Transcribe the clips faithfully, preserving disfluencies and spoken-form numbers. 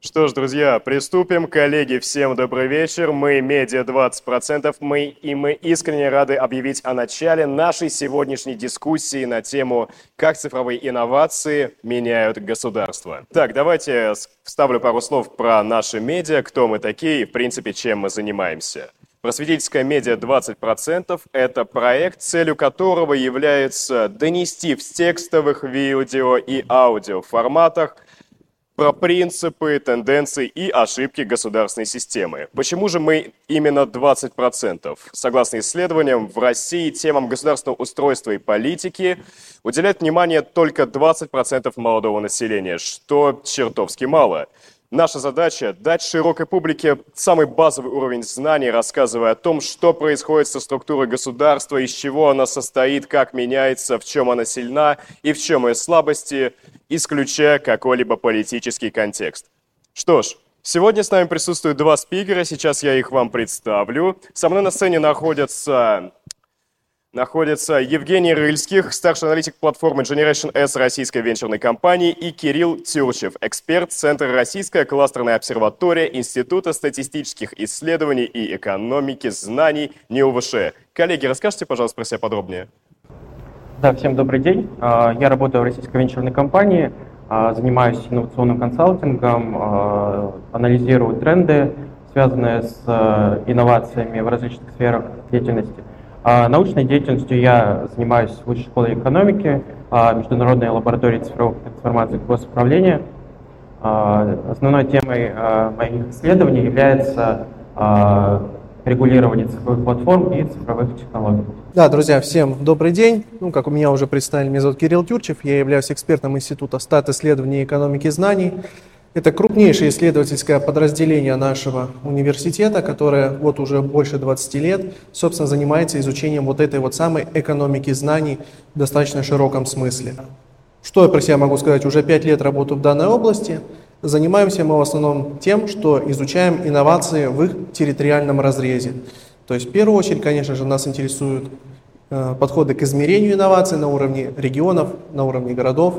Что ж, друзья, приступим. Коллеги, всем добрый вечер. Мы Медиа двадцать процентов. Мы и мы искренне рады объявить о начале нашей сегодняшней дискуссии на тему «Как цифровые инновации меняют государство». Так, давайте вставлю пару слов про наши медиа, кто мы такие и, в принципе, чем мы занимаемся. Просветительская медиа двадцать процентов – это проект, целью которого является донести в текстовых, видео и аудио форматах про принципы, тенденции и ошибки государственной системы. Почему же мы именно двадцать процентов? Согласно исследованиям, в России темам государственного устройства и политики уделяют внимание только двадцать процентов молодого населения, что чертовски мало. Наша задача – дать широкой публике самый базовый уровень знаний, рассказывая о том, что происходит со структурой государства, из чего она состоит, как меняется, в чем она сильна и в чем ее слабости, исключая какой-либо политический контекст. Что ж, сегодня с нами присутствуют два спикера, сейчас я их вам представлю. Со мной на сцене находятся... Находится Евгений Рыльских, старший аналитик платформы Generation S российской венчурной компании, и Кирилл Тюрчев, эксперт Центра Российская кластерная обсерватория Института статистических исследований и экономики знаний НИУВШ. Коллеги, расскажите, пожалуйста, про себя подробнее. Да, всем добрый день. Я работаю в российской венчурной компании, занимаюсь инновационным консалтингом, анализирую тренды, связанные с инновациями в различных сферах деятельности. Научной деятельностью я занимаюсь в Высшей школе экономики, Международной лабораторией цифровых трансформаций госуправления. Основной темой моих исследований является регулирование цифровых платформ и цифровых технологий. Да, друзья, всем добрый день. Ну, как у меня уже представили, меня зовут Кирилл Тюрчев, я являюсь экспертом Института стат-исследований и экономики знаний. Это крупнейшее исследовательское подразделение нашего университета, которое вот уже больше двадцати лет, собственно, занимается изучением вот этой вот самой экономики знаний в достаточно широком смысле. Что я про себя могу сказать? Уже пять лет работаю в данной области. Занимаемся мы в основном тем, что изучаем инновации в их территориальном разрезе. То есть, в первую очередь, конечно же, нас интересуют э, подходы к измерению инноваций на уровне регионов, на уровне городов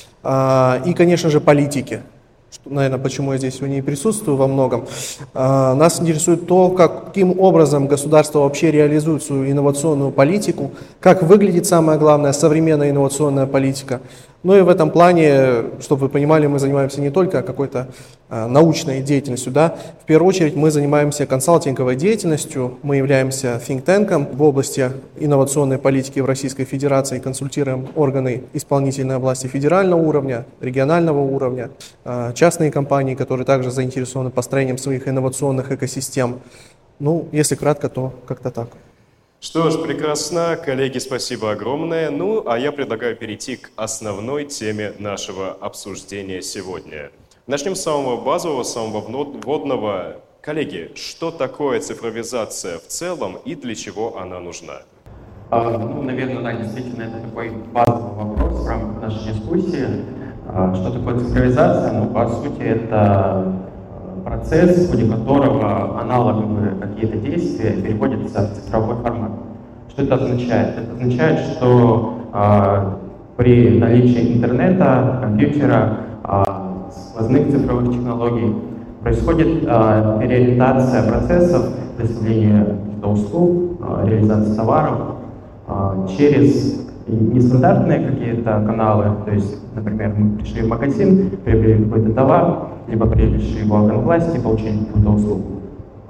э, и, конечно же, политики. Что, наверное, почему я здесь сегодня и присутствую во многом. А, нас интересует то, как, каким образом государство вообще реализует свою инновационную политику, как выглядит, самое главное, современная инновационная политика. Ну и в этом плане, чтобы вы понимали, мы занимаемся не только какой-то а, научной деятельностью, да. В первую очередь мы занимаемся консалтинговой деятельностью, мы являемся think tank в области инновационной политики в Российской Федерации, консультируем органы исполнительной власти федерального уровня, регионального уровня, а, частные компании, которые также заинтересованы построением своих инновационных экосистем. Ну, если кратко, то как-то так. Что ж, прекрасно. Коллеги, спасибо огромное. Ну, а я предлагаю перейти к основной теме нашего обсуждения сегодня. Начнем с самого базового, самого вводного. Коллеги, что такое цифровизация в целом и для чего она нужна? А, ну, наверное, да, действительно, это такой базовый вопрос в рамках нашей дискуссии. А, что такое цифровизация? Ну, по сути, это процесс, в ходе которого аналоговые какие-то действия переводятся в цифровой формат. Что это означает? Это означает, что э, при наличии интернета, компьютера, э, сквозных цифровых технологий происходит э, переориентация процессов, представления услуг, э, реализации товаров э, через нестандартные какие-то каналы, то есть, например, мы пришли в магазин, приобрели какой-то товар, либо пришли в орган власти, получили какую-то услугу,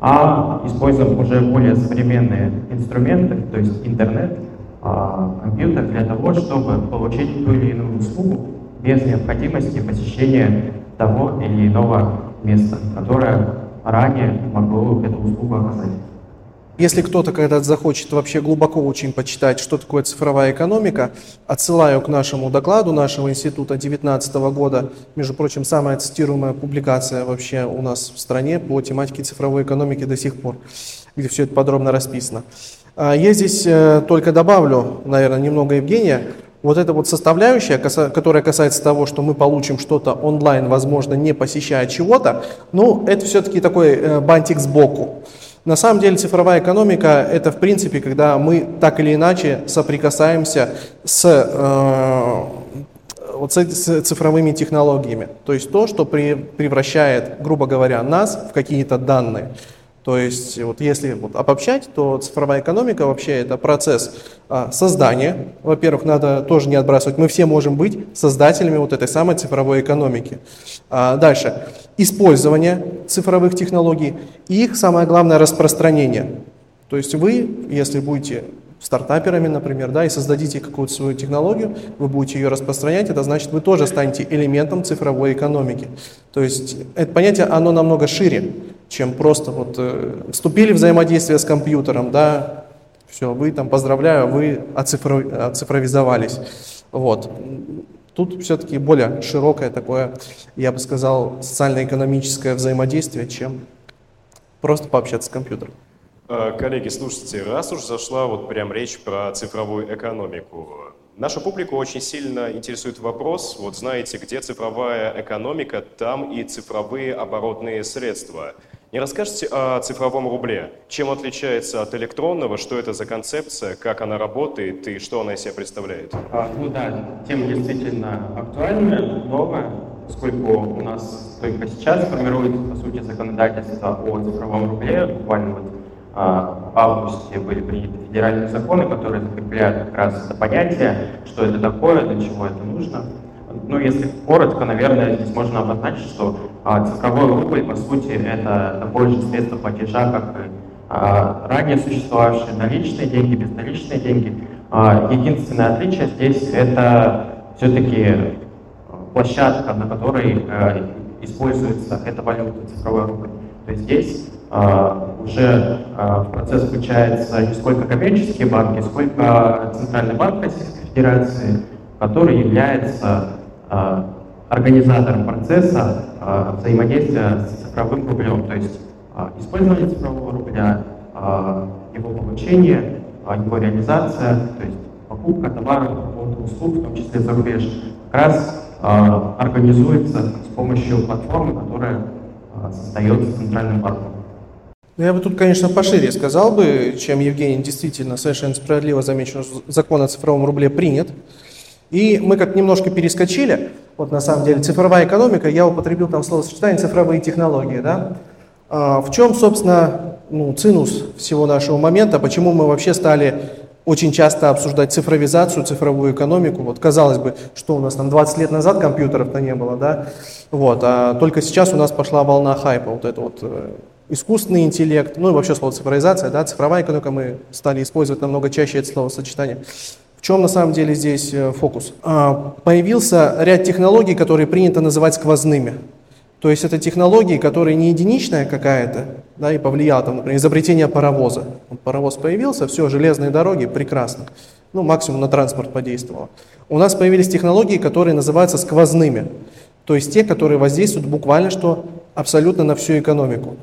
а используем уже более современные инструменты, то есть интернет, компьютер, для того, чтобы получить ту или иную услугу без необходимости посещения того или иного места, которое ранее могло эту услугу оказать. Если кто-то когда-то захочет вообще глубоко очень почитать, что такое цифровая экономика, отсылаю к нашему докладу нашего института две тысячи девятнадцатого года. Между прочим, самая цитируемая публикация вообще у нас в стране по тематике цифровой экономики до сих пор, где все это подробно расписано. Я здесь только добавлю, наверное, немного Евгения. Вот эта вот составляющая, которая касается того, что мы получим что-то онлайн, возможно, не посещая чего-то, ну, это все-таки такой бантик сбоку. На самом деле цифровая экономика – это в принципе, когда мы так или иначе соприкасаемся с э, вот с, с цифровыми технологиями. То есть то, что при, превращает, грубо говоря, нас в какие-то данные. То есть вот если вот обобщать, то цифровая экономика вообще это процесс а, создания. Во-первых, надо тоже не отбрасывать, мы все можем быть создателями вот этой самой цифровой экономики. А, дальше, использование цифровых технологий и их самое главное распространение. То есть вы, если будете стартаперами, например, да, и создадите какую-то свою технологию, вы будете ее распространять, это значит, вы тоже станете элементом цифровой экономики. То есть это понятие, оно намного шире, чем просто вот э, вступили в взаимодействие с компьютером, да, все, вы там, поздравляю, вы оцифров, оцифровизовались. Вот. Тут все-таки более широкое такое, я бы сказал, социально-экономическое взаимодействие, чем просто пообщаться с компьютером. Коллеги, слушайте, раз уж зашла вот прям речь про цифровую экономику, нашу публику очень сильно интересует вопрос, вот знаете, где цифровая экономика, там и цифровые оборотные средства. Не расскажете о цифровом рубле? Чем отличается от электронного, что это за концепция, как она работает и что она из себя представляет? А, ну да, тема действительно актуальная, новая, поскольку у нас только сейчас формируется, по сути, законодательство о цифровом рубле, буквально вот в августе были приняты федеральные законы, которые закрепляют как раз это понятие, что это такое, для чего это нужно. Ну, если коротко, наверное, здесь можно обозначить, что а, цифровой рубль, по сути, это такое же средство платежа, как и а, ранее существовавшие наличные деньги, безналичные деньги. А, единственное отличие здесь — это все-таки площадка, на которой а, используется эта валюта, цифровой рубль. То есть здесь а, уже а, в процесс включается не сколько коммерческие банки, сколько Центральный банк Российской Федерации, который является а, организатором процесса а, взаимодействия с цифровым рублем. То есть а, использование цифрового рубля, а, его получение, а, его реализация, то есть покупка товаров, работы, услуг, в том числе за рубеж, как раз а, организуется с помощью платформы, которая а, создается Центральным банком. Я бы тут, конечно, пошире сказал бы, чем Евгений действительно совершенно справедливо замечен, что закон о цифровом рубле принят. И мы как немножко перескочили, вот на самом деле цифровая экономика, я употребил там словосочетание цифровые технологии, да? А в чем, собственно, ну, цинус всего нашего момента, почему мы вообще стали очень часто обсуждать цифровизацию, цифровую экономику. Вот казалось бы, что у нас там двадцать лет назад компьютеров-то не было, да? Вот, а только сейчас у нас пошла волна хайпа, вот это вот э, искусственный интеллект, ну и вообще слово цифровизация, да, цифровая экономика, мы стали использовать намного чаще это словосочетание. В чем на самом деле здесь фокус? Появился ряд технологий, которые принято называть сквозными. То есть это технологии, которые не единичная какая-то, да, и повлияло, там, например, изобретение паровоза. Вот паровоз появился, все, железные дороги, прекрасно. Ну, максимум на транспорт подействовало. У нас появились технологии, которые называются сквозными. То есть те, которые воздействуют буквально что абсолютно на всю экономику.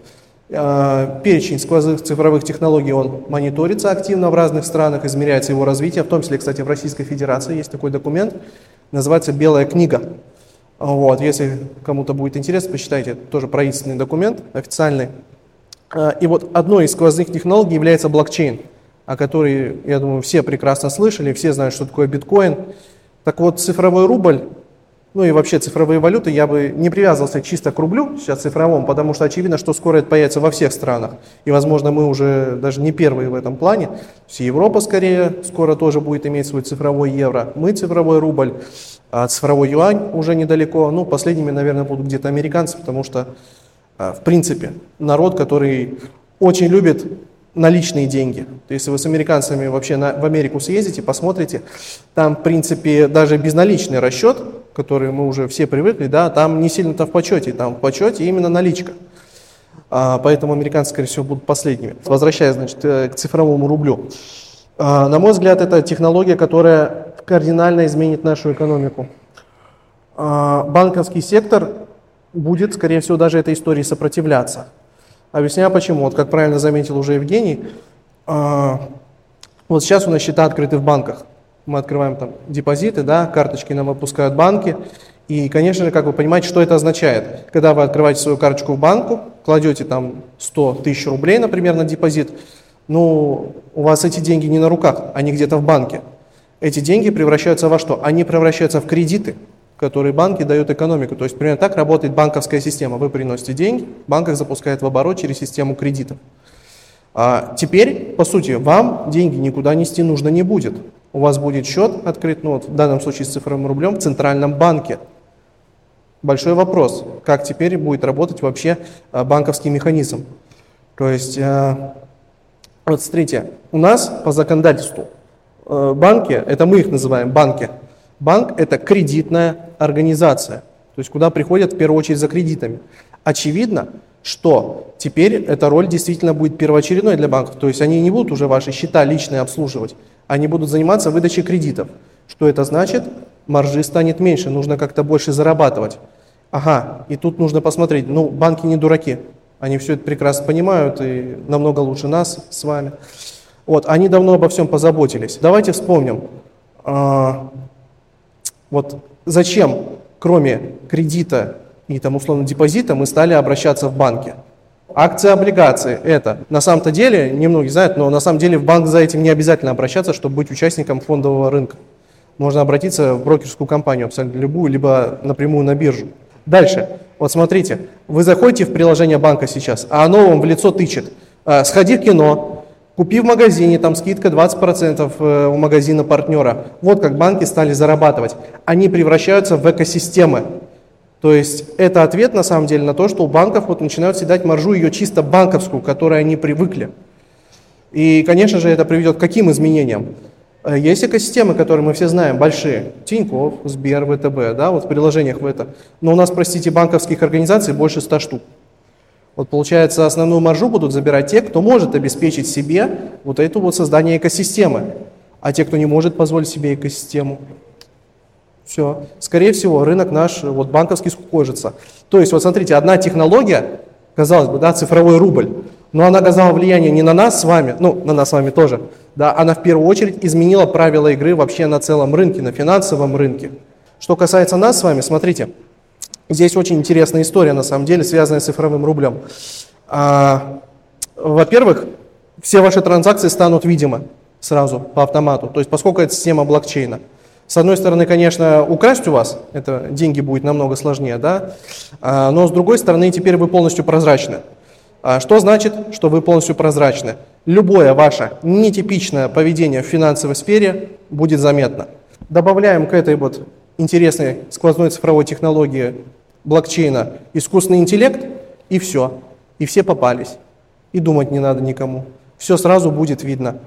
Перечень сквозных цифровых технологий, он мониторится активно в разных странах, измеряется его развитие, в том числе, кстати, в Российской Федерации есть такой документ, называется «Белая книга». Вот, если кому-то будет интересно, почитайте, это тоже правительственный документ, официальный. И вот одной из сквозных технологий является блокчейн, о которой, я думаю, все прекрасно слышали, все знают, что такое биткоин. Так вот, цифровой рубль, ну и вообще цифровые валюты, я бы не привязывался чисто к рублю, сейчас цифровому, потому что очевидно, что скоро это появится во всех странах. И, возможно, мы уже даже не первые в этом плане. Все Европа скорее скоро тоже будет иметь свой цифровой евро. Мы цифровой рубль, а цифровой юань уже недалеко. Ну, последними, наверное, будут где-то американцы, потому что, в принципе, народ, который очень любит наличные деньги. Если вы с американцами вообще на, в Америку съездите, посмотрите, там, в принципе, даже безналичный расчет, который мы уже все привыкли, да, там не сильно-то в почете, там в почете именно наличка. А, поэтому американцы, скорее всего, будут последними. Возвращаясь, значит, к цифровому рублю. А, на мой взгляд, это технология, которая кардинально изменит нашу экономику. А, банковский сектор будет, скорее всего, даже этой истории сопротивляться. Объясняю почему. Вот как правильно заметил уже Евгений, а, вот сейчас у нас счета открыты в банках. Мы открываем там депозиты, да, карточки нам выпускают банки. И, конечно же, как вы понимаете, что это означает? Когда вы открываете свою карточку в банку, кладете там сто тысяч рублей, например, на депозит, ну, у вас эти деньги не на руках, они где-то в банке. Эти деньги превращаются во что? Они превращаются в кредиты. которые банки дают экономику. То есть, примерно так работает банковская система. Вы приносите деньги, банк их запускает в оборот через систему кредитов. А теперь, по сути, вам деньги никуда нести нужно не будет. У вас будет счет открыт, ну, вот в данном случае с цифровым рублем, в Центральном банке. Большой вопрос, как теперь будет работать вообще банковский механизм. То есть, вот смотрите, у нас по законодательству банки, это мы их называем банки, банк это кредитная организация, то есть куда приходят в первую очередь за кредитами. Очевидно, что теперь эта роль действительно будет первоочередной для банков, то есть они не будут уже ваши счета личные обслуживать, они будут заниматься выдачей кредитов. Что это значит? Маржи станет меньше, нужно как-то больше зарабатывать. Ага, и тут нужно посмотреть, ну, банки не дураки, они все это прекрасно понимают и намного лучше нас с вами. Вот, они давно обо всем позаботились. Давайте вспомним, а, вот зачем, кроме кредита и там условно депозита, мы стали обращаться в банки. Акции, облигации – это на самом-то деле, немногие знают, но на самом деле в банк за этим не обязательно обращаться, чтобы быть участником фондового рынка. Можно обратиться в брокерскую компанию, абсолютно любую, либо напрямую на биржу. Дальше. Вот смотрите, вы заходите в приложение банка сейчас, а оно вам в лицо тычет. Сходи в кино, купи в магазине, там скидка двадцать процентов у магазина партнера. Вот как банки стали зарабатывать. Они превращаются в экосистемы. То есть это ответ на самом деле на то, что у банков вот начинают съедать маржу ее чисто банковскую, к которой они привыкли. И, конечно же, это приведет к каким изменениям? Есть экосистемы, которые мы все знаем, большие. Тинькофф, Сбер, ВТБ, да, вот в приложениях в это. Но у нас, простите, банковских организаций больше ста штук. Вот получается, основную маржу будут забирать те, кто может обеспечить себе вот это вот создание экосистемы. А те, кто не может позволить себе экосистему, все. Скорее всего, рынок наш вот банковский скукожится. То есть, вот смотрите, одна технология, казалось бы, да, цифровой рубль, но она оказала влияние не на нас с вами, ну, на нас с вами тоже, да, она в первую очередь изменила правила игры вообще на целом рынке, на финансовом рынке. Что касается нас с вами, смотрите, здесь очень интересная история, на самом деле, связанная с цифровым рублем. А, во-первых, все ваши транзакции станут видимы сразу по автомату, то есть поскольку это система блокчейна. С одной стороны, конечно, украсть у вас, это деньги будет намного сложнее, да, а, но с другой стороны, теперь вы полностью прозрачны. А что значит, что вы полностью прозрачны? Любое ваше нетипичное поведение в финансовой сфере будет заметно. Добавляем к этой вот интересной сквозной цифровой технологии блокчейна искусственный интеллект, и все. И все попались. И думать не надо никому. Все сразу будет видно.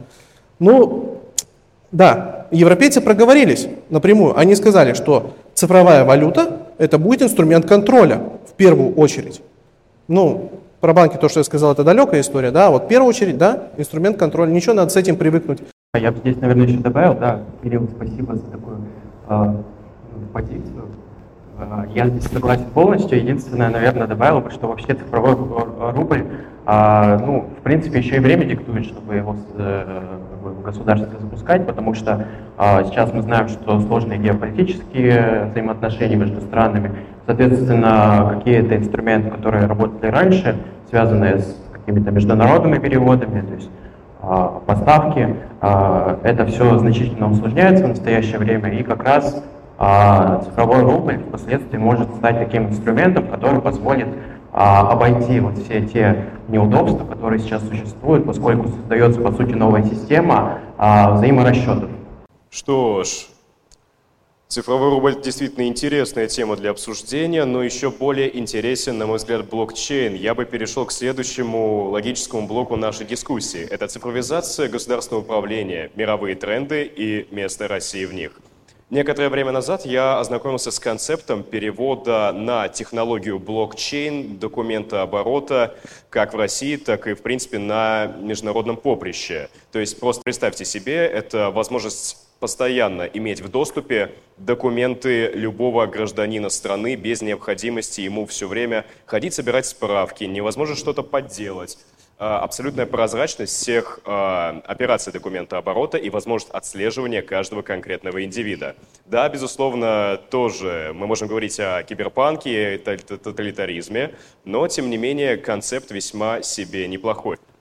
Ну, да, европейцы проговорились напрямую. Они сказали, что цифровая валюта – это будет инструмент контроля в первую очередь. Ну, про банки то, что я сказал, это далекая история, да, вот в первую очередь, да, инструмент контроля, ничего, надо с этим привыкнуть. Я бы здесь, наверное, еще добавил, да, Кирилл, спасибо за такую э, позицию. Э, я здесь согласен полностью, единственное, наверное, добавил бы, что вообще цифровой рубль, э, ну, в принципе, еще и время диктует, чтобы его э, в государстве запускать, потому что э, сейчас мы знаем, что сложные геополитические взаимоотношения между странами, соответственно, какие-то инструменты, которые работали раньше, связанные с какими-то международными переводами, то есть э, поставки, э, это все значительно усложняется в настоящее время, и как раз э, цифровой рубль впоследствии может стать таким инструментом, который позволит э, обойти вот все те неудобства, которые сейчас существуют, поскольку создается, по сути, новая система э, взаиморасчетов. Что ж, цифровой рубль действительно интересная тема для обсуждения, но еще более интересен, на мой взгляд, блокчейн. Я бы перешел к следующему логическому блоку нашей дискуссии. Это цифровизация государственного управления, мировые тренды и место России в них. Некоторое время назад я ознакомился с концептом перевода на технологию блокчейн документа оборота как в России, так и, в принципе, на международном поприще. То есть просто представьте себе, это возможность постоянно иметь в доступе документы любого гражданина страны без необходимости ему все время ходить, собирать справки, невозможно что-то подделать. Абсолютная прозрачность всех операций документооборота и возможность отслеживания каждого конкретного индивида. Да, безусловно, тоже мы можем говорить о киберпанке, тоталитаризме, но, тем не менее, концепт весьма себе неплохой.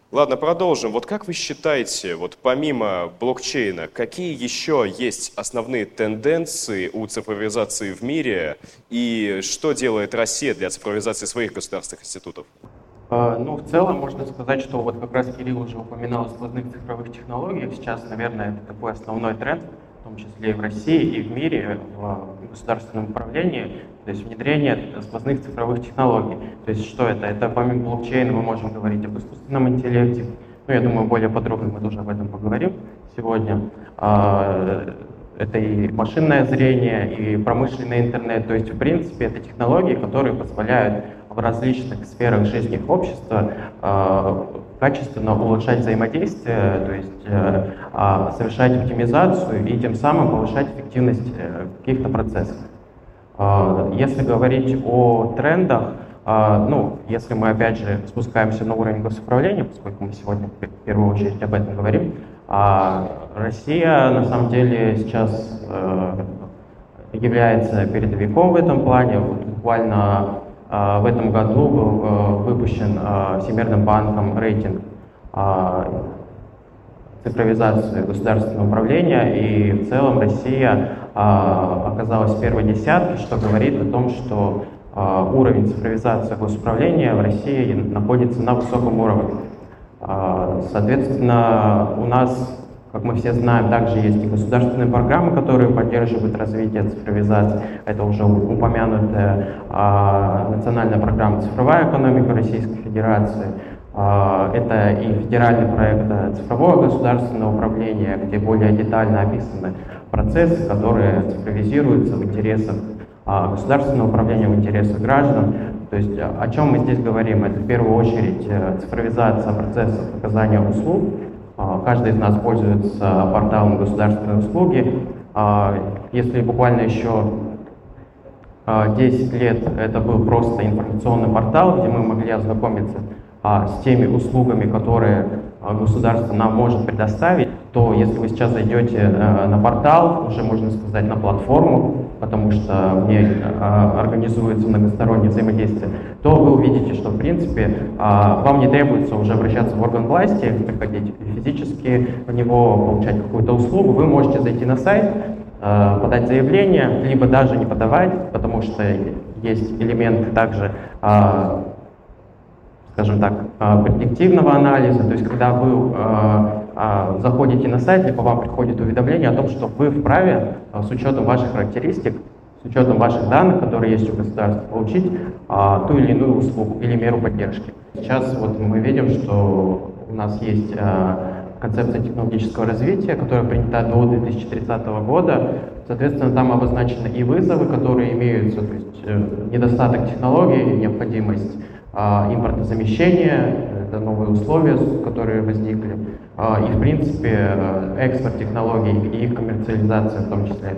Ладно, продолжим. Вот как вы считаете, вот помимо блокчейна, какие еще есть основные тенденции у цифровизации в мире и что делает Россия для цифровизации своих государственных институтов? Ну, в целом можно сказать, что вот как раз Кирилл уже упоминал о сквозных цифровых технологиях. Сейчас, наверное, это такой основной тренд, в том числе и в России, и в мире, в государственном управлении, то есть внедрение сквозных цифровых технологий. То есть что это? Это помимо блокчейна мы можем говорить об искусственном интеллекте. Ну, я думаю, более подробно мы тоже об этом поговорим сегодня. Это и машинное зрение, и промышленный интернет. То есть, в принципе, это технологии, которые позволяют в различных сферах жизни общества э, качественно улучшать взаимодействие, то есть э, э, совершать оптимизацию и тем самым повышать эффективность э, каких-то процессов. Э, если говорить о трендах, э, ну, если мы опять же спускаемся на уровень госуправления, поскольку мы сегодня в первую очередь об этом говорим, э, Россия на самом деле сейчас э, является передовиком в этом плане. Вот буквально в этом году был выпущен Всемирным банком рейтинг цифровизации государственного управления, и в целом Россия оказалась в первой десятке, что говорит о том, что уровень цифровизации госуправления в России находится на высоком уровне. Соответственно, у нас, как мы все знаем, также есть и государственные программы, которые поддерживают развитие цифровизации. Это уже упомянутая а, национальная программа «Цифровая экономика Российской Федерации». А, это и федеральный проект «Цифровое государственное управление», где более детально описаны процессы, которые цифровизируются в интересах а, государственного управления, в интересах граждан. То есть о чем мы здесь говорим? Это в первую очередь цифровизация процессов оказания услуг. Каждый из нас пользуется порталом государственной услуги. Если буквально еще десять лет это был просто информационный портал, где мы могли ознакомиться с теми услугами, которые государство нам может предоставить, то если вы сейчас зайдете на портал, уже можно сказать на платформу, потому что в ней организуется многостороннее взаимодействие, то вы увидите, что в принципе вам не требуется уже обращаться в орган власти, приходить физически в него, получать какую-то услугу. Вы можете зайти на сайт, подать заявление, либо даже не подавать, потому что есть элементы также, скажем так, предиктивного анализа, то есть когда вы заходите на сайт, либо вам приходит уведомление о том, что вы вправе с учетом ваших характеристик, с учетом ваших данных, которые есть у государства, получить а, ту или иную услугу или меру поддержки. Сейчас вот мы видим, что у нас есть а, концепция технологического развития, которая принята до две тысячи тридцатого года. Соответственно, там обозначены и вызовы, которые имеются, то есть э, недостаток технологий, необходимость а, импортозамещения, это новые условия, которые возникли, а, и в принципе экспорт технологий и их коммерциализация в том числе.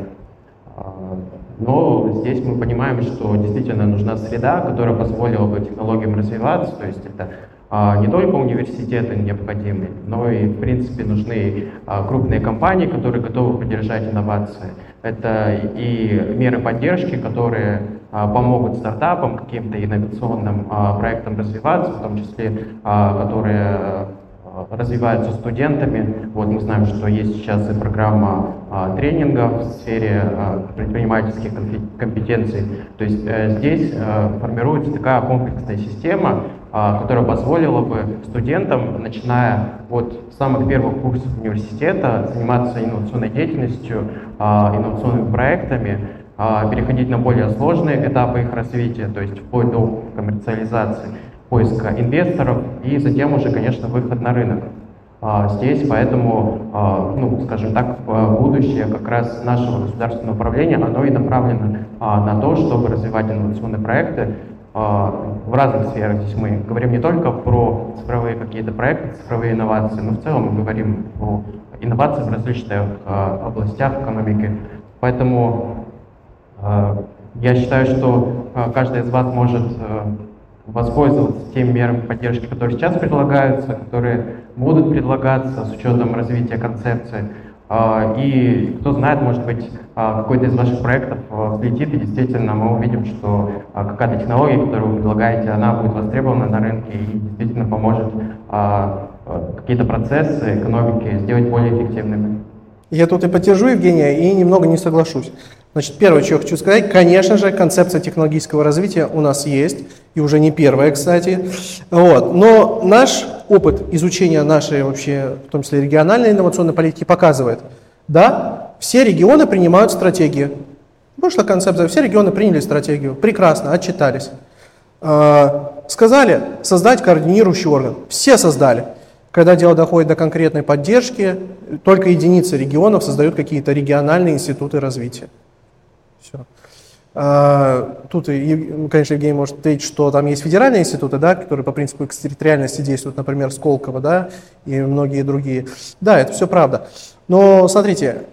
Но здесь мы понимаем, что действительно нужна среда, которая позволила бы технологиям развиваться, то есть это а, не только университеты необходимы, но и в принципе нужны а, крупные компании, которые готовы поддержать инновации. Это и меры поддержки, которые а, помогут стартапам, каким-то инновационным а, проектам развиваться, в том числе а, которые развиваются студентами. Вот мы знаем, что есть сейчас и программа а, тренингов в сфере а, предпринимательских компетенций. То есть а, здесь а, формируется такая комплексная система, а, которая позволила бы студентам, начиная от самых первых курсов университета, заниматься инновационной деятельностью, а, инновационными проектами, а, переходить на более сложные этапы их развития, то есть вплоть до коммерциализации, поиска инвесторов и затем уже, конечно, выход на рынок. А, здесь поэтому, а, ну, скажем так, будущее как раз нашего государственного управления, оно и направлено а, на то, чтобы развивать инновационные проекты а, в разных сферах. Здесь мы говорим не только про цифровые какие-то проекты, цифровые инновации, но в целом мы говорим про инновации в различных а, областях экономики. Поэтому а, я считаю, что а, каждый из вас может а, воспользоваться теми мерами поддержки, которые сейчас предлагаются, которые будут предлагаться с учетом развития концепции. И кто знает, может быть, какой-то из ваших проектов взлетит, и действительно мы увидим, что какая-то технология, которую вы предлагаете, она будет востребована на рынке и действительно поможет какие-то процессы экономики сделать более эффективными. Я тут и поддержу Евгения, и немного не соглашусь. Значит, первое, что я хочу сказать, конечно же, концепция технологического развития у нас есть, и уже не первая, кстати. Вот. Но наш опыт изучения нашей вообще, в том числе региональной инновационной политики, показывает, да, все регионы принимают стратегии. Вышла концепция, все регионы приняли стратегию, прекрасно, отчитались. Сказали создать координирующий орган, все создали. Когда дело доходит до конкретной поддержки, только единицы регионов создают какие-то региональные институты развития. Все. А, тут, конечно, Евгений может ответить, что там есть федеральные институты, да, которые по принципу экстерриториальности действуют, например, Сколково, да, и многие другие. Да, это все правда. Но смотрите,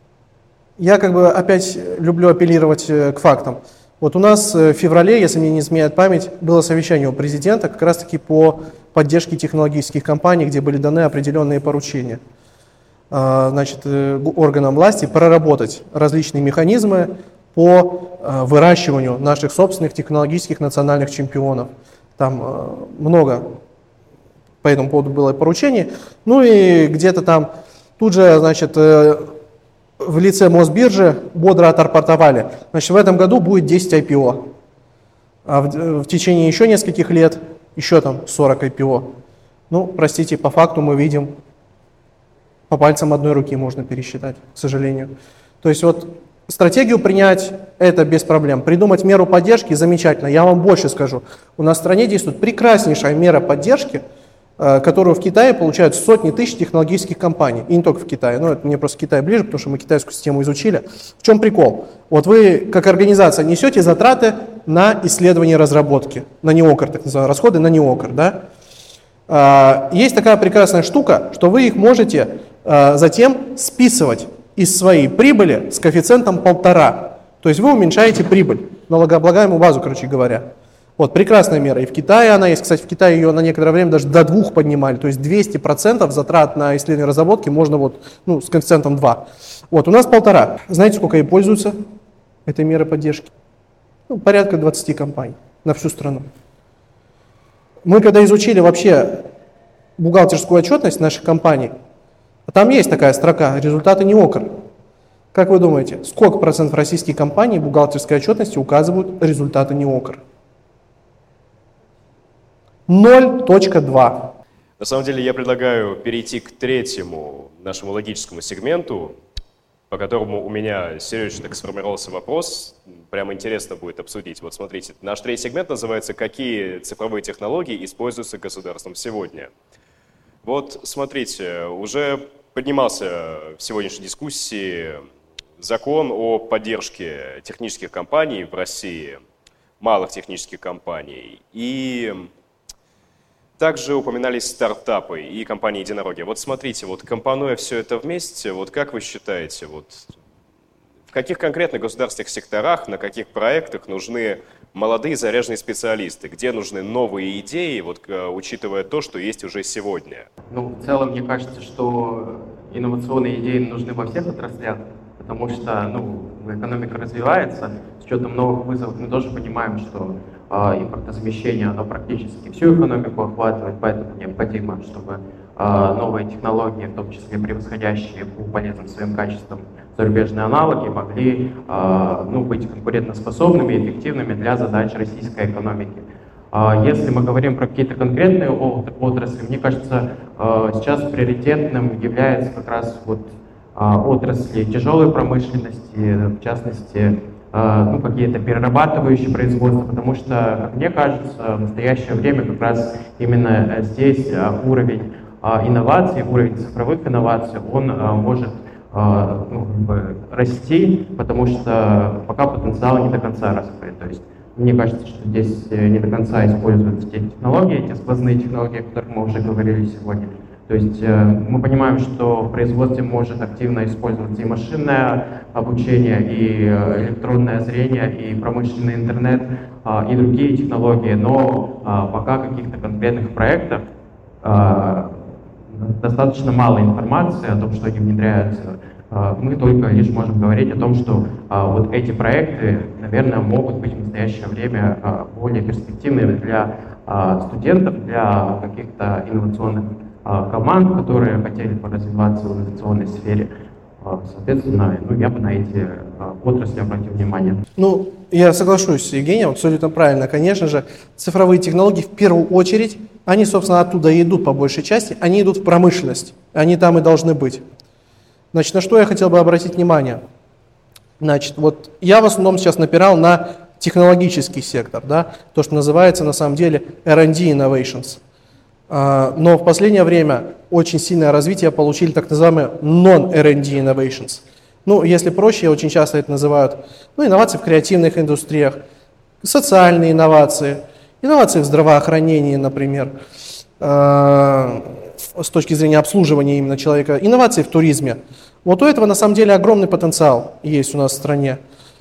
я как бы опять люблю апеллировать к фактам. Вот у нас в феврале, если мне не изменяет память, было совещание у президента как раз-таки по поддержке технологических компаний, где были даны определенные поручения, значит, органам власти проработать различные механизмы по выращиванию наших собственных технологических национальных чемпионов. Там много по этому поводу было поручений. Ну и где-то там тут же, значит, в лице Мосбиржи бодро отрапортовали. Значит, в этом году будет десять ай пи о, а в, в течение еще нескольких лет еще там сорок ай пи о. Ну, простите, по факту мы видим, по пальцам одной руки можно пересчитать, к сожалению. То есть вот стратегию принять – это без проблем. Придумать меру поддержки – замечательно. Я вам больше скажу. У нас в стране действует прекраснейшая мера поддержки, которую в Китае получают сотни тысяч технологических компаний. И не только в Китае. Но это мне просто Китай ближе, потому что мы китайскую систему изучили. В чем прикол? Вот вы, как организация, несете затраты на исследование и разработки, на неокр, так называемые расходы на неокр. Да? Есть такая прекрасная штука, что вы их можете затем списывать из своей прибыли с коэффициентом полтора. То есть вы уменьшаете прибыль, налогооблагаемую базу, короче говоря. Вот, прекрасная мера. И в Китае она есть. Кстати, в Китае ее на некоторое время даже до двух поднимали. То есть двести процентов затрат на исследование и разработки можно вот, ну, с коэффициентом два. Вот, у нас полтора. Знаете, сколько ей пользуются этой мерой поддержки? Ну, порядка двадцати компаний на всю страну. Мы когда изучили вообще бухгалтерскую отчетность наших компаний, там есть такая строка «Результаты неокр». Как вы думаете, сколько процентов российских компаний в бухгалтерской отчетности указывают результаты неокр? ноль целых два. На самом деле я предлагаю перейти к третьему нашему логическому сегменту, по которому у меня, Сереж, так сформировался вопрос, прямо интересно будет обсудить. Вот смотрите, наш третий сегмент называется «Какие цифровые технологии используются государством сегодня?». Вот смотрите, уже поднимался в сегодняшней дискуссии закон о поддержке технических компаний в России, малых технических компаний, и также упоминались стартапы и компании-единороги. Вот смотрите, вот компонуя все это вместе, вот как вы считаете, вот в каких конкретно государственных секторах, на каких проектах нужны молодые заряженные специалисты, где нужны новые идеи, вот учитывая то, что есть уже сегодня? Ну, в целом, мне кажется, что инновационные идеи нужны во всех отраслях, потому что, ну, экономика развивается, с учетом новых вызовов мы тоже понимаем, что э, импортозамещение, оно практически всю экономику охватывает, поэтому необходимо, чтобы э, новые технологии, в том числе превосходящие по полезным своим качествам зарубежные аналоги, могли э, ну, быть конкурентоспособными и эффективными для задач российской экономики. Э, если мы говорим про какие-то конкретные отрасли, мне кажется, э, сейчас приоритетным является как раз вот отрасли тяжелой промышленности, в частности, ну, какие-то перерабатывающие производства, потому что, как мне кажется, в настоящее время как раз именно здесь уровень инноваций, уровень цифровых инноваций, он может ну, как бы расти, потому что пока потенциал не до конца раскрыт. То есть мне кажется, что здесь не до конца используются те технологии, те сквозные технологии, о которых мы уже говорили сегодня. То есть э, мы понимаем, что в производстве может активно использоваться и машинное обучение, и э, электронное зрение, и промышленный интернет, э, и другие технологии, но э, пока каких-то конкретных проектов э, достаточно мало информации о том, что они внедряются. Э, мы только лишь можем говорить о том, что э, вот эти проекты, наверное, могут быть в настоящее время э, более перспективными для э, студентов, для каких-то инновационных команд, которые хотели поразвиваться в инновационной сфере. Соответственно, ну, я бы на эти отрасли обратил внимание. Ну, я соглашусь с Евгением, абсолютно правильно. Конечно же, цифровые технологии в первую очередь, они, собственно, оттуда и идут по большей части, они идут в промышленность, они там и должны быть. Значит, на что я хотел бы обратить внимание? Значит, вот я в основном сейчас напирал на технологический сектор, да, то, что называется на самом деле эр энд ди Innovations. Но в последнее время очень сильное развитие получили так называемые non-эр энд ди Innovations. Ну, если проще, очень часто это называют ну, инновации в креативных индустриях, социальные инновации, инновации в здравоохранении, например, с точки зрения обслуживания именно человека, инновации в туризме. Вот у этого на самом деле огромный потенциал есть у нас в стране.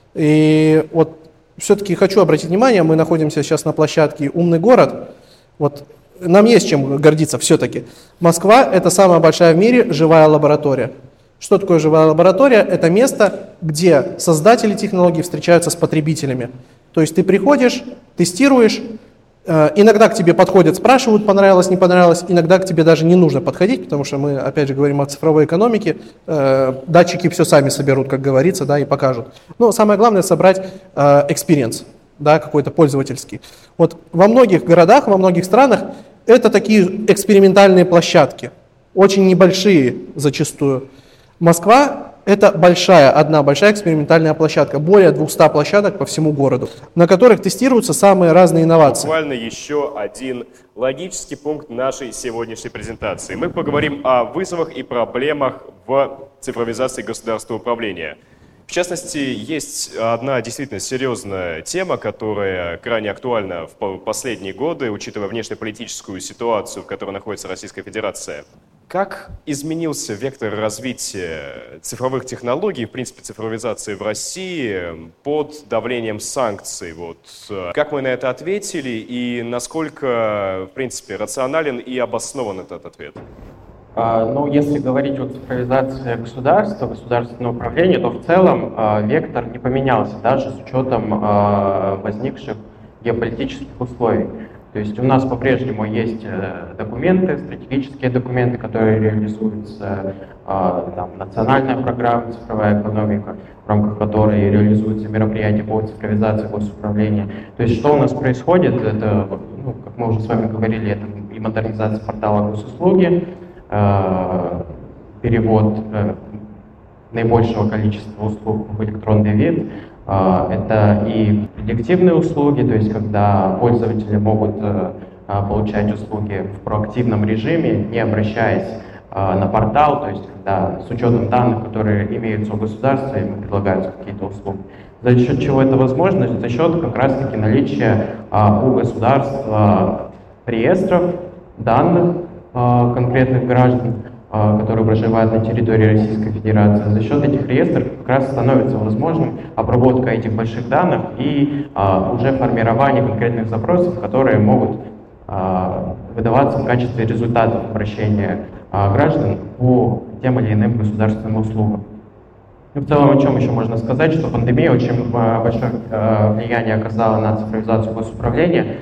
И вот все-таки хочу обратить внимание, мы находимся сейчас на площадке «Умный город». Вот нам есть чем гордиться все-таки. Москва – это самая большая в мире живая лаборатория. Что такое живая лаборатория? Это место, где создатели технологий встречаются с потребителями. То есть ты приходишь, тестируешь, иногда к тебе подходят, спрашивают, понравилось, не понравилось, иногда к тебе даже не нужно подходить, потому что мы, опять же, говорим о цифровой экономике, датчики все сами соберут, как говорится, да, и покажут. Но самое главное – собрать экспириенс, да, какой-то пользовательский. Вот во многих городах, во многих странах это такие экспериментальные площадки, очень небольшие зачастую. Москва – это большая, одна большая экспериментальная площадка, более двухсот площадок по всему городу, на которых тестируются самые разные инновации. Буквально еще один логический пункт нашей сегодняшней презентации. Мы поговорим о вызовах и проблемах в цифровизации государственного управления. В частности, есть одна действительно серьезная тема, которая крайне актуальна в последние годы, учитывая внешнеполитическую ситуацию, в которой находится Российская Федерация. Как изменился вектор развития цифровых технологий, в принципе, цифровизации в России под давлением санкций? Вот. Как мы на это ответили и насколько, в принципе, рационален и обоснован этот ответ? Ну, если говорить о цифровизации государства, государственного управления, то в целом э, вектор не поменялся, даже с учетом э, возникших геополитических условий. То есть у нас по-прежнему есть э, документы, стратегические документы, которые реализуются, э, там, национальная программа «Цифровая экономика», в рамках которой реализуются мероприятия по цифровизации госуправления. То есть что у нас происходит, это, ну, как мы уже с вами говорили, это и модернизация портала госуслуги, перевод наибольшего количества услуг в электронный вид. Это и предиктивные услуги, то есть когда пользователи могут получать услуги в проактивном режиме, не обращаясь на портал, то есть когда с учетом данных, которые имеются у государства, им предлагаются какие-то услуги. За счет чего это возможно? За счет как раз-таки наличия у государства реестров данных конкретных граждан, которые проживают на территории Российской Федерации. За счет этих реестров как раз становится возможным обработка этих больших данных и уже формирование конкретных запросов, которые могут выдаваться в качестве результатов обращения граждан по тем или иным государственным услугам. И в целом, о чем еще можно сказать, что пандемия очень большое влияние оказала на цифровизацию госуправления.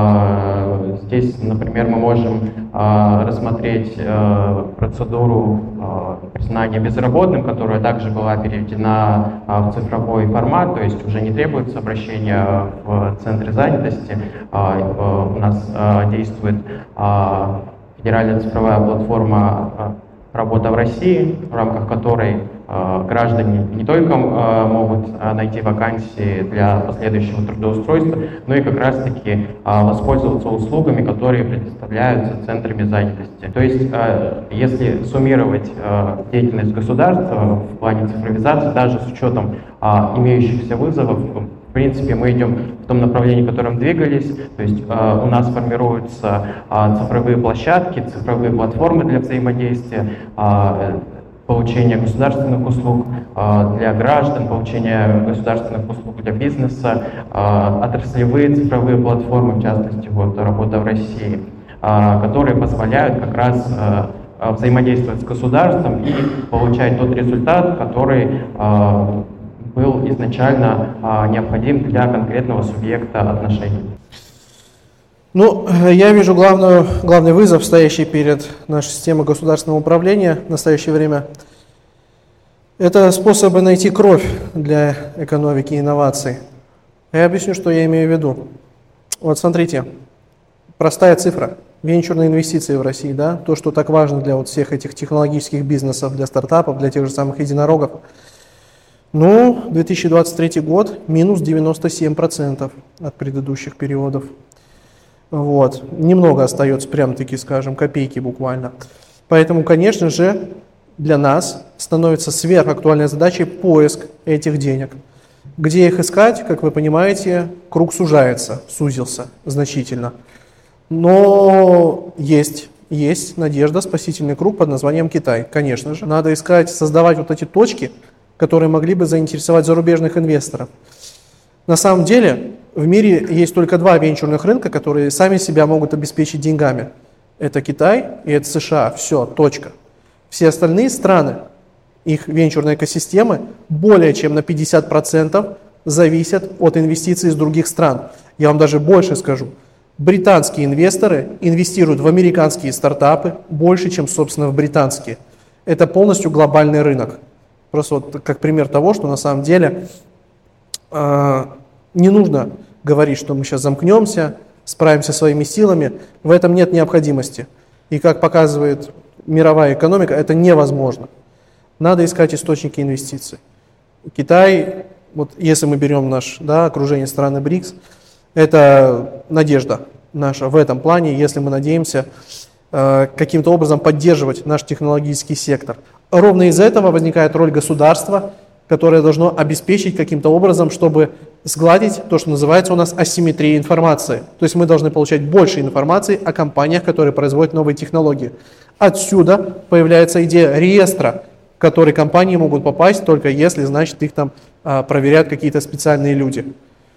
Здесь, например, мы можем рассмотреть процедуру признания безработным, которая также была переведена в цифровой формат, то есть уже не требуется обращения в центры занятости. У нас действует федеральная цифровая платформа «Работа в России», в рамках которой граждане не только могут найти вакансии для последующего трудоустройства, но и как раз-таки воспользоваться услугами, которые предоставляются центрами занятости. То есть, если суммировать деятельность государства в плане цифровизации, даже с учетом имеющихся вызовов, в принципе, мы идем в том направлении, в котором двигались, то есть у нас формируются цифровые площадки, цифровые платформы для взаимодействия, получение государственных услуг для граждан, получение государственных услуг для бизнеса, отраслевые цифровые платформы, в частности, вот, «Работа в России», которые позволяют как раз взаимодействовать с государством и получать тот результат, который был изначально необходим для конкретного субъекта отношений. Ну, я вижу главную, главный вызов, стоящий перед нашей системой государственного управления в настоящее время. Это способы найти кровь для экономики и инноваций. Я объясню, что я имею в виду. Вот смотрите, простая цифра. Венчурные инвестиции в России, да, то, что так важно для вот всех этих технологических бизнесов, для стартапов, для тех же самых единорогов. Ну, две тысячи двадцать третий год минус девяносто семь процентов от предыдущих периодов. Вот. Немного остается, прям-таки скажем, копейки буквально. Поэтому, конечно же, для нас становится сверхактуальной задачей поиск этих денег. Где их искать, как вы понимаете, круг сужается, сузился значительно. Но есть, есть надежда, спасительный круг под названием Китай. Конечно же, надо искать, создавать вот эти точки, которые могли бы заинтересовать зарубежных инвесторов. На самом деле в мире есть только два венчурных рынка, которые сами себя могут обеспечить деньгами. Это Китай и это США. Все, точка. Все остальные страны, их венчурные экосистемы более чем на пятьдесят процентов зависят от инвестиций из других стран. Я вам даже больше скажу. Британские инвесторы инвестируют в американские стартапы больше, чем, собственно, в британские. Это полностью глобальный рынок. Просто вот как пример того, что на самом деле э, не нужно говорить, что мы сейчас замкнемся, справимся своими силами. В этом нет необходимости. И как показывает мировая экономика, это невозможно. Надо искать источники инвестиций. Китай, вот если мы берем наше да, окружение страны БРИКС, это надежда наша в этом плане, если мы надеемся э, каким-то образом поддерживать наш технологический сектор. Ровно из этого возникает роль государства, которое должно обеспечить каким-то образом, чтобы сгладить то, что называется у нас асимметрией информации. То есть мы должны получать больше информации о компаниях, которые производят новые технологии. Отсюда появляется идея реестра, в который компании могут попасть только если, значит, их там э, проверяют какие-то специальные люди.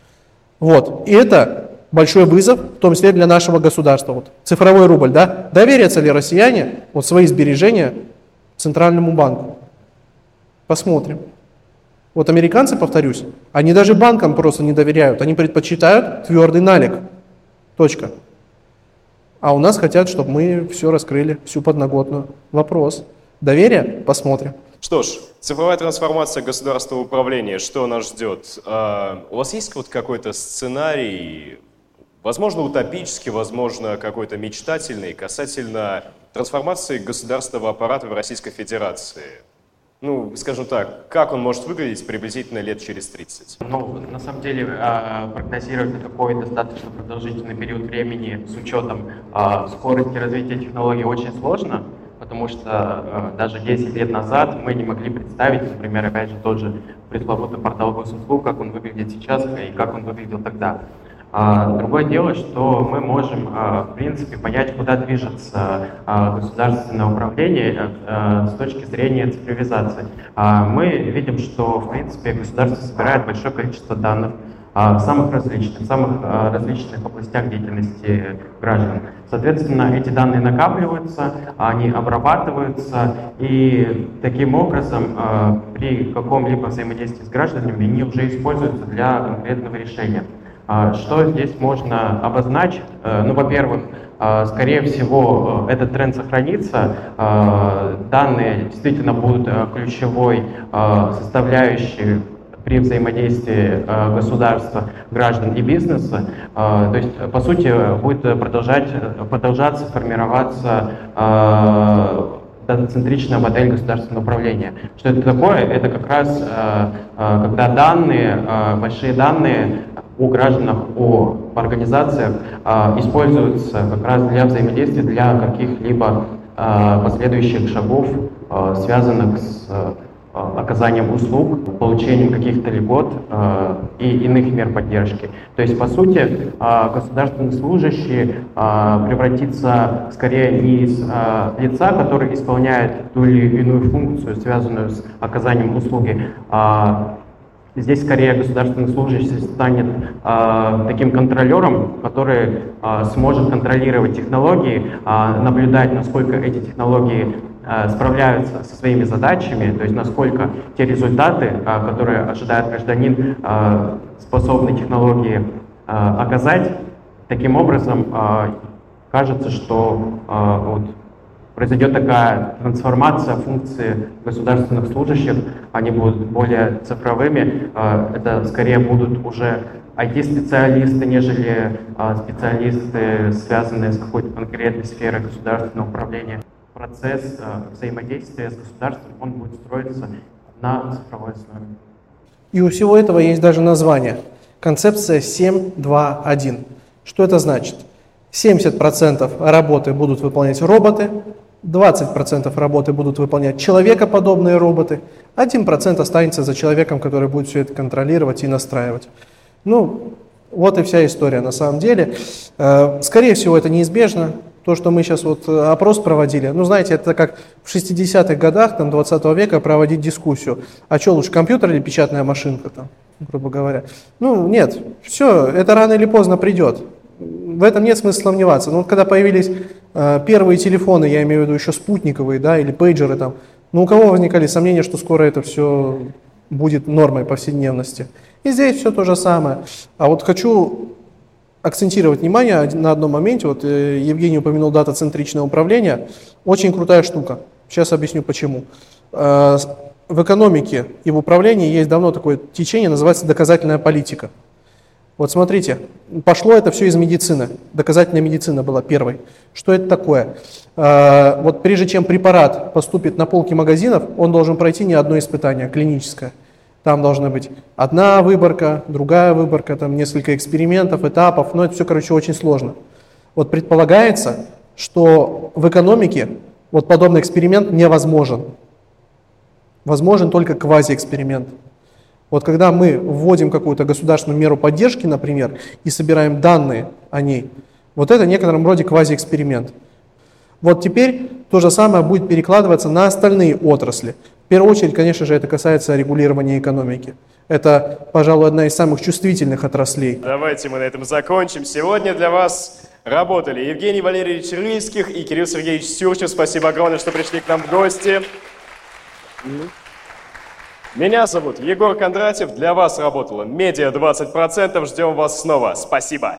Вот. И это большой вызов, в том числе для нашего государства. Вот. Цифровой рубль, да? Доверятся ли россияне вот, свои сбережения Центральному банку? Посмотрим. Вот американцы, повторюсь, они даже банкам просто не доверяют. Они предпочитают твердый налик. Точка. А у нас хотят, чтобы мы все раскрыли, всю подноготную. Вопрос. Доверие? Посмотрим. Что ж, цифровая трансформация государственного управления, что нас ждет? А, у вас есть вот какой-то сценарий, возможно, утопический, возможно, какой-то мечтательный, касательно трансформации государственного аппарата в Российской Федерации? Ну, скажем так, как он может выглядеть приблизительно лет через тридцать? Ну, на самом деле, прогнозировать такой достаточно продолжительный период времени с учетом скорости развития технологий очень сложно. Потому что э, даже десять лет назад мы не могли представить, например, опять же, тот же пресловутый портал госуслуг, как он выглядит сейчас и как он выглядел тогда. А, другое дело, что мы можем, а, в принципе, понять, куда движется а, государственное управление а, с точки зрения цифровизации. А, мы видим, что, в принципе, государство собирает большое количество данных, в самых различных, в самых различных областях деятельности граждан. Соответственно, эти данные накапливаются, они обрабатываются, и таким образом при каком-либо взаимодействии с гражданами они уже используются для конкретного решения. Что здесь можно обозначить? Ну, во-первых, скорее всего, этот тренд сохранится. Данные действительно будут ключевой составляющей при взаимодействии э, государства, граждан и бизнеса. Э, то есть, по сути, будет продолжать, продолжаться формироваться э, дата-центричная модель государственного управления. Что это такое? Это как раз э, э, когда данные, э, большие данные о гражданах, о организациях э, используются как раз для взаимодействия, для каких-либо э, последующих шагов, э, связанных с э, оказанием услуг, получением каких-то льгот э, и иных мер поддержки. То есть, по сути, э, государственный служащий э, превратится скорее не из э, лица, который исполняет ту или иную функцию, связанную с оказанием услуги. А здесь скорее государственный служащий станет э, таким контролером, который э, сможет контролировать технологии, э, наблюдать, насколько эти технологии справляются со своими задачами, то есть насколько те результаты, которые ожидает гражданин, способны технологии оказать, Таким образом, кажется, что вот произойдет такая трансформация функций государственных служащих, они будут более цифровыми, это скорее будут уже ай ти-специалисты, нежели специалисты, связанные с какой-то конкретной сферой государственного управления. Процесс взаимодействия с государством, он будет строиться на цифровой основе. И у всего этого есть даже название. Концепция семь два один. Что это значит? семьдесят процентов работы будут выполнять роботы, двадцать процентов работы будут выполнять человекоподобные роботы, один процент останется за человеком, который будет все это контролировать и настраивать. Ну, вот и вся история на самом деле. Скорее всего, это неизбежно. То, что мы сейчас вот опрос проводили, ну, знаете, это как в шестидесятых годах там, двадцатого века проводить дискуссию. А что лучше, компьютер или печатная машинка, там, грубо говоря? Ну, нет, все, это рано или поздно придет. В этом нет смысла сомневаться. Но вот когда появились э, первые телефоны, я имею в виду еще спутниковые, да, или пейджеры, там, ну, у кого возникали сомнения, что скоро это все будет нормой повседневности? И здесь все то же самое. А вот хочу акцентировать внимание на одном моменте. Вот э, Евгений упомянул дата-центричное управление. Очень крутая штука. Сейчас объясню почему. Э, в экономике и в управлении есть давно такое течение, называется доказательная политика. Вот смотрите, пошло это все из медицины. Доказательная медицина была первой. Что это такое? Э, вот прежде чем препарат поступит на полки магазинов, он должен пройти не одно испытание, клиническое. Там должна быть одна выборка, другая выборка, там несколько экспериментов, этапов, но это все, короче, очень сложно. Вот предполагается, что в экономике вот подобный эксперимент невозможен. Возможен только квазиэксперимент. Вот когда мы вводим какую-то государственную меру поддержки, например, и собираем данные о ней, вот это в некотором роде квазиэксперимент. Вот теперь то же самое будет перекладываться на остальные отрасли. В первую очередь, конечно же, это касается регулирования экономики. Это, пожалуй, одна из самых чувствительных отраслей. Давайте мы на этом закончим. Сегодня для вас работали Евгений Валерьевич Рыльских и Кирилл Сергеевич Тюрчев. Спасибо огромное, что пришли к нам в гости. Меня зовут Егор Кондратьев. Для вас работала Медиа двадцать процентов. Ждем вас снова. Спасибо.